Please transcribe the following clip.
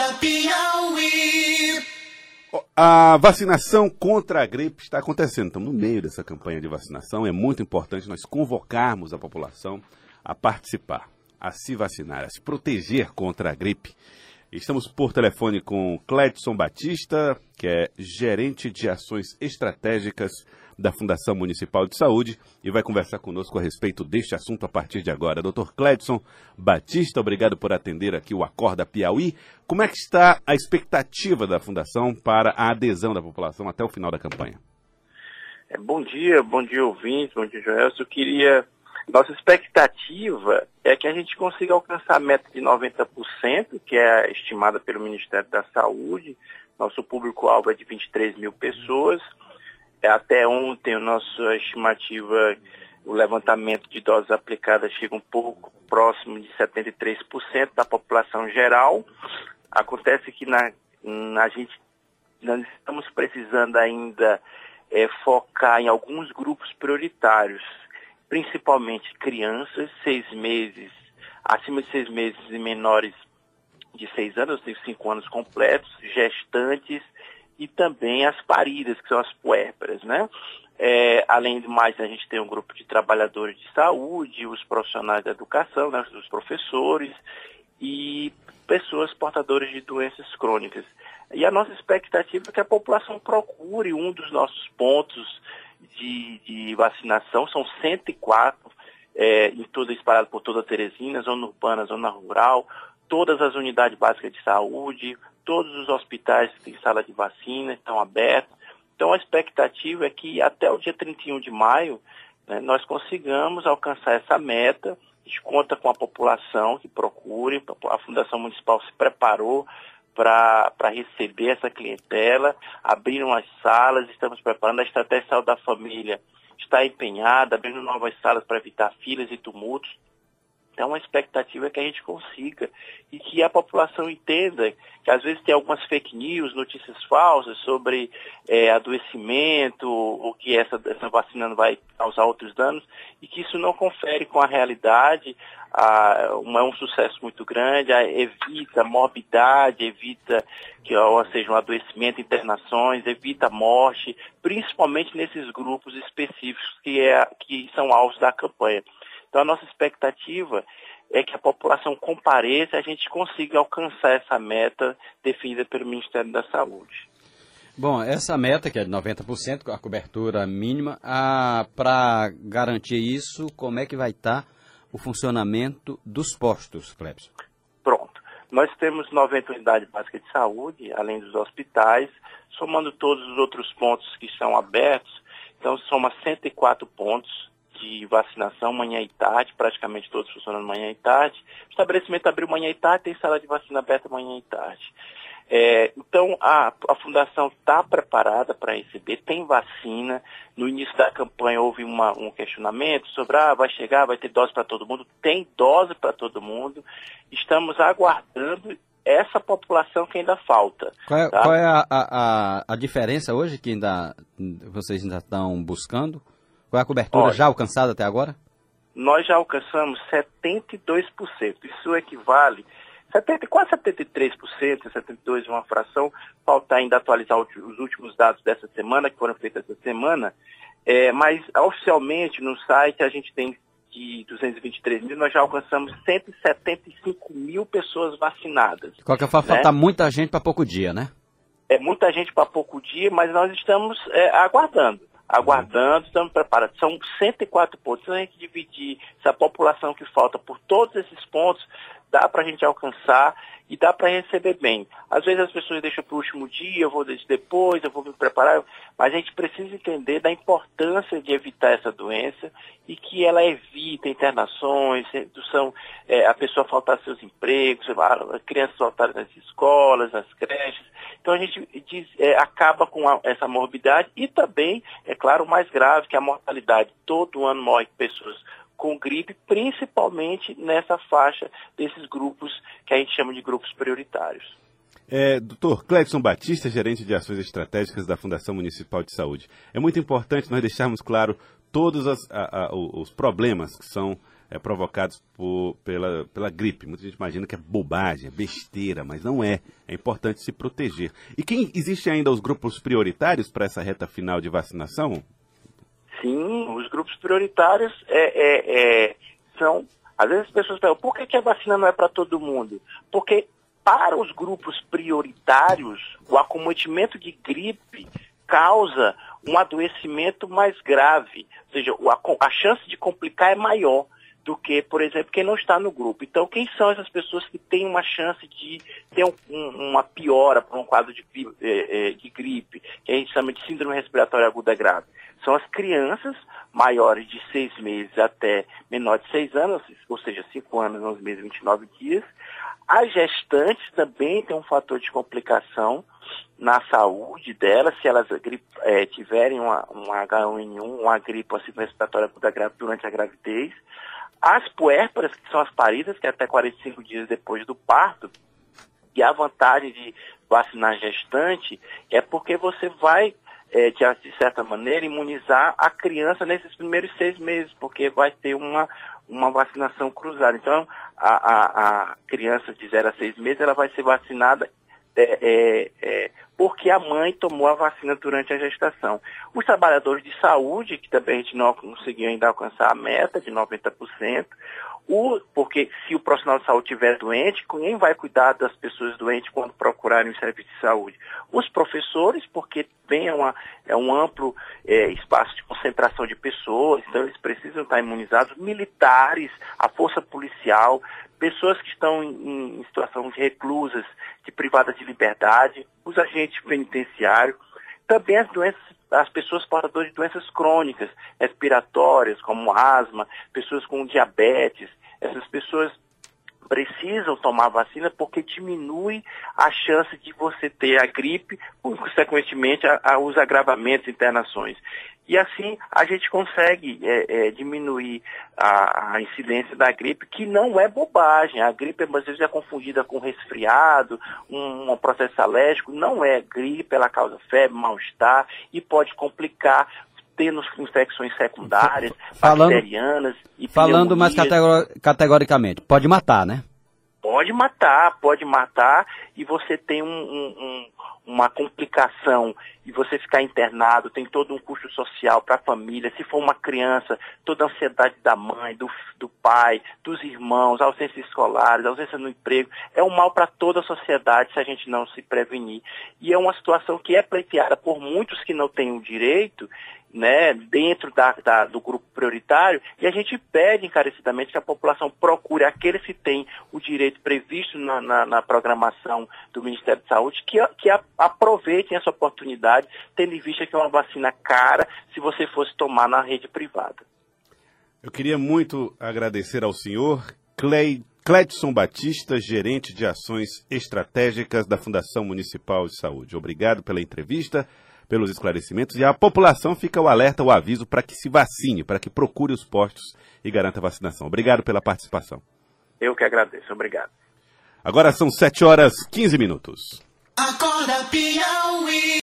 Acorda Piauí. A vacinação contra a gripe está acontecendo. Estamos no meio dessa campanha de vacinação. É muito importante nós convocarmos a população a participar, a se vacinar, a se proteger contra a gripe. Estamos por telefone com Cledson Batista, que é gerente de ações estratégicas da Fundação Municipal de Saúde, e vai conversar conosco a respeito deste assunto a partir de agora. Dr. Cledson Batista, obrigado por atender aqui o Acorda Piauí. Como é que está a expectativa da Fundação para a adesão da população até o final da campanha? Bom dia ouvintes, bom dia, Joelson. Nossa expectativa é que a gente consiga alcançar a meta de 90%, que é estimada pelo Ministério da Saúde. Nosso público-alvo é de 23 mil pessoas. Até ontem, a nossa estimativa, o levantamento de doses aplicadas chega um pouco próximo de 73% da população geral. Acontece que nós estamos precisando ainda focar em alguns grupos prioritários, principalmente crianças, acima de 6 meses e menores de 6 anos, ou seja, 5 anos completos, gestantes e também as paridas, que são as puérperas, né? Além de mais, a gente tem um grupo de trabalhadores de saúde, os profissionais da educação, né, os professores e pessoas portadoras de doenças crônicas. E a nossa expectativa é que a população procure um dos nossos pontos de vacinação. São 104 espalhados por toda a Teresina, zona urbana, zona rural, todas as unidades básicas de saúde, todos os hospitais que têm sala de vacina estão abertos. Então a expectativa é que até o dia 31 de maio, né, nós consigamos alcançar essa meta. A gente conta com a população que procure, a Fundação Municipal se preparou para receber essa clientela, abriram as salas, estamos preparando, a estratégia de saúde da família está empenhada, abrindo novas salas para evitar filas e tumultos. Então a expectativa é que a gente consiga e que a população entenda que às vezes tem algumas fake news, notícias falsas sobre adoecimento, ou que essa vacina não vai causar outros danos, e que isso não confere com a realidade. É um sucesso muito grande, evita morbidade, evita seja um adoecimento, internações, evita morte, principalmente nesses grupos específicos que são alvos da campanha. Então a nossa expectativa é que a população compareça e a gente consiga alcançar essa meta definida pelo Ministério da Saúde. Bom, essa meta, que é de 90%, a cobertura mínima, para garantir isso, como é que vai estar o funcionamento dos postos, Cledson? Pronto. Nós temos 90 unidades básicas de saúde, além dos hospitais, somando todos os outros pontos que estão abertos. Então, soma 104 pontos de vacinação manhã e tarde, praticamente todos funcionando manhã e tarde. O estabelecimento abriu manhã e tarde, tem sala de vacina aberta manhã e tarde. Então, a Fundação está preparada para receber, tem vacina. No início da campanha houve um questionamento sobre, vai ter dose para todo mundo. Tem dose para todo mundo. Estamos aguardando essa população que ainda falta. Qual é a diferença hoje que vocês ainda estão buscando? Qual é a cobertura já alcançada até agora? Nós já alcançamos 72%. Isso equivale quase 73%, 72% uma fração. Falta ainda atualizar os últimos dados dessa semana, que foram feitos essa semana. Mas oficialmente no site a gente tem de 223 mil, nós já alcançamos 175 mil pessoas vacinadas. De qualquer forma, falta muita gente para pouco dia, né? Muita gente para pouco dia, mas nós estamos aguardando, estamos preparados. São 104 pontos. Se a gente dividir essa população que falta por todos esses pontos, dá para a gente alcançar e dá para receber bem. Às vezes as pessoas deixam para o último dia, eu vou depois, eu vou me preparar, mas a gente precisa entender da importância de evitar essa doença e que ela evita internações, a pessoa faltar seus empregos, crianças faltarem nas escolas, nas creches. Então a gente acaba com essa morbidade e também, é claro, o mais grave, que é a mortalidade. Todo ano morrem pessoas com gripe, principalmente nessa faixa desses grupos que a gente chama de grupos prioritários. Dr. Cledson Batista, gerente de ações estratégicas da Fundação Municipal de Saúde. É muito importante nós deixarmos claro todos os problemas que são provocados pela gripe. Muita gente imagina que é bobagem, é besteira, mas não é. É importante se proteger. E existem ainda os grupos prioritários para essa reta final de vacinação? Sim, os grupos prioritários são... Às vezes as pessoas perguntam, por que a vacina não é para todo mundo? Porque para os grupos prioritários, o acometimento de gripe causa um adoecimento mais grave. Ou seja, a chance de complicar é maior do que, por exemplo, quem não está no grupo. Então, quem são essas pessoas que têm uma chance de ter uma piora para um quadro de gripe, que a gente chama de síndrome respiratória aguda grave? São as crianças maiores de 6 meses até menor de 6 anos, ou seja, 5 anos, 11 meses e 29 dias. As gestantes também têm um fator de complicação na saúde delas, se elas tiverem um H1N1, uma gripe, assim, respiratória aguda grave durante a gravidez. As puérperas, que são as paridas, que é até 45 dias depois do parto. E a vantagem de vacinar gestante é porque você vai, de certa maneira, imunizar a criança nesses primeiros 6 meses, porque vai ter uma vacinação cruzada. Então, a criança de 0 a 6 meses, ela vai ser vacinada porque a mãe tomou a vacina durante a gestação. Os trabalhadores de saúde, que também a gente não conseguiu ainda alcançar a meta de 90%, porque se o profissional de saúde estiver doente, quem vai cuidar das pessoas doentes quando procurarem o serviço de saúde? Os professores, porque é um amplo espaço de concentração de pessoas, então eles precisam estar imunizados. Militares, a força policial, pessoas que estão em situação de reclusas, de privadas de liberdade, os agentes penitenciários, também as pessoas portadoras de doenças crônicas, respiratórias, como asma, pessoas com diabetes. Essas pessoas precisam tomar vacina porque diminui a chance de você ter a gripe, consequentemente os agravamentos, internações. E assim a gente consegue diminuir a incidência da gripe, que não é bobagem. A gripe às vezes é confundida com resfriado, um processo alérgico. Não é gripe, ela causa febre, mal-estar e pode complicar, tendo infecções secundárias, bacterianas e falando mais categoricamente, pode matar, né? Pode matar, e você tem uma complicação, e você ficar internado, tem todo um custo social para a família. Se for uma criança, toda a ansiedade da mãe, do pai, dos irmãos, ausências escolares, ausência no emprego, é um mal para toda a sociedade se a gente não se prevenir. E é uma situação que é pleiteada por muitos que não têm o direito, né, dentro do grupo prioritário, e a gente pede encarecidamente que a população procure aqueles que têm o direito previsto na programação do Ministério da Saúde, que aproveitem essa oportunidade, tendo em vista que é uma vacina cara se você fosse tomar na rede privada. Eu queria muito agradecer ao senhor Cledson Batista, gerente de ações estratégicas da Fundação Municipal de Saúde. Obrigado pela entrevista, pelos esclarecimentos, e a população fica o alerta, o aviso para que se vacine, para que procure os postos e garanta a vacinação. Obrigado pela participação. Eu que agradeço, obrigado. Agora são 7h15. Acorda, Piauí.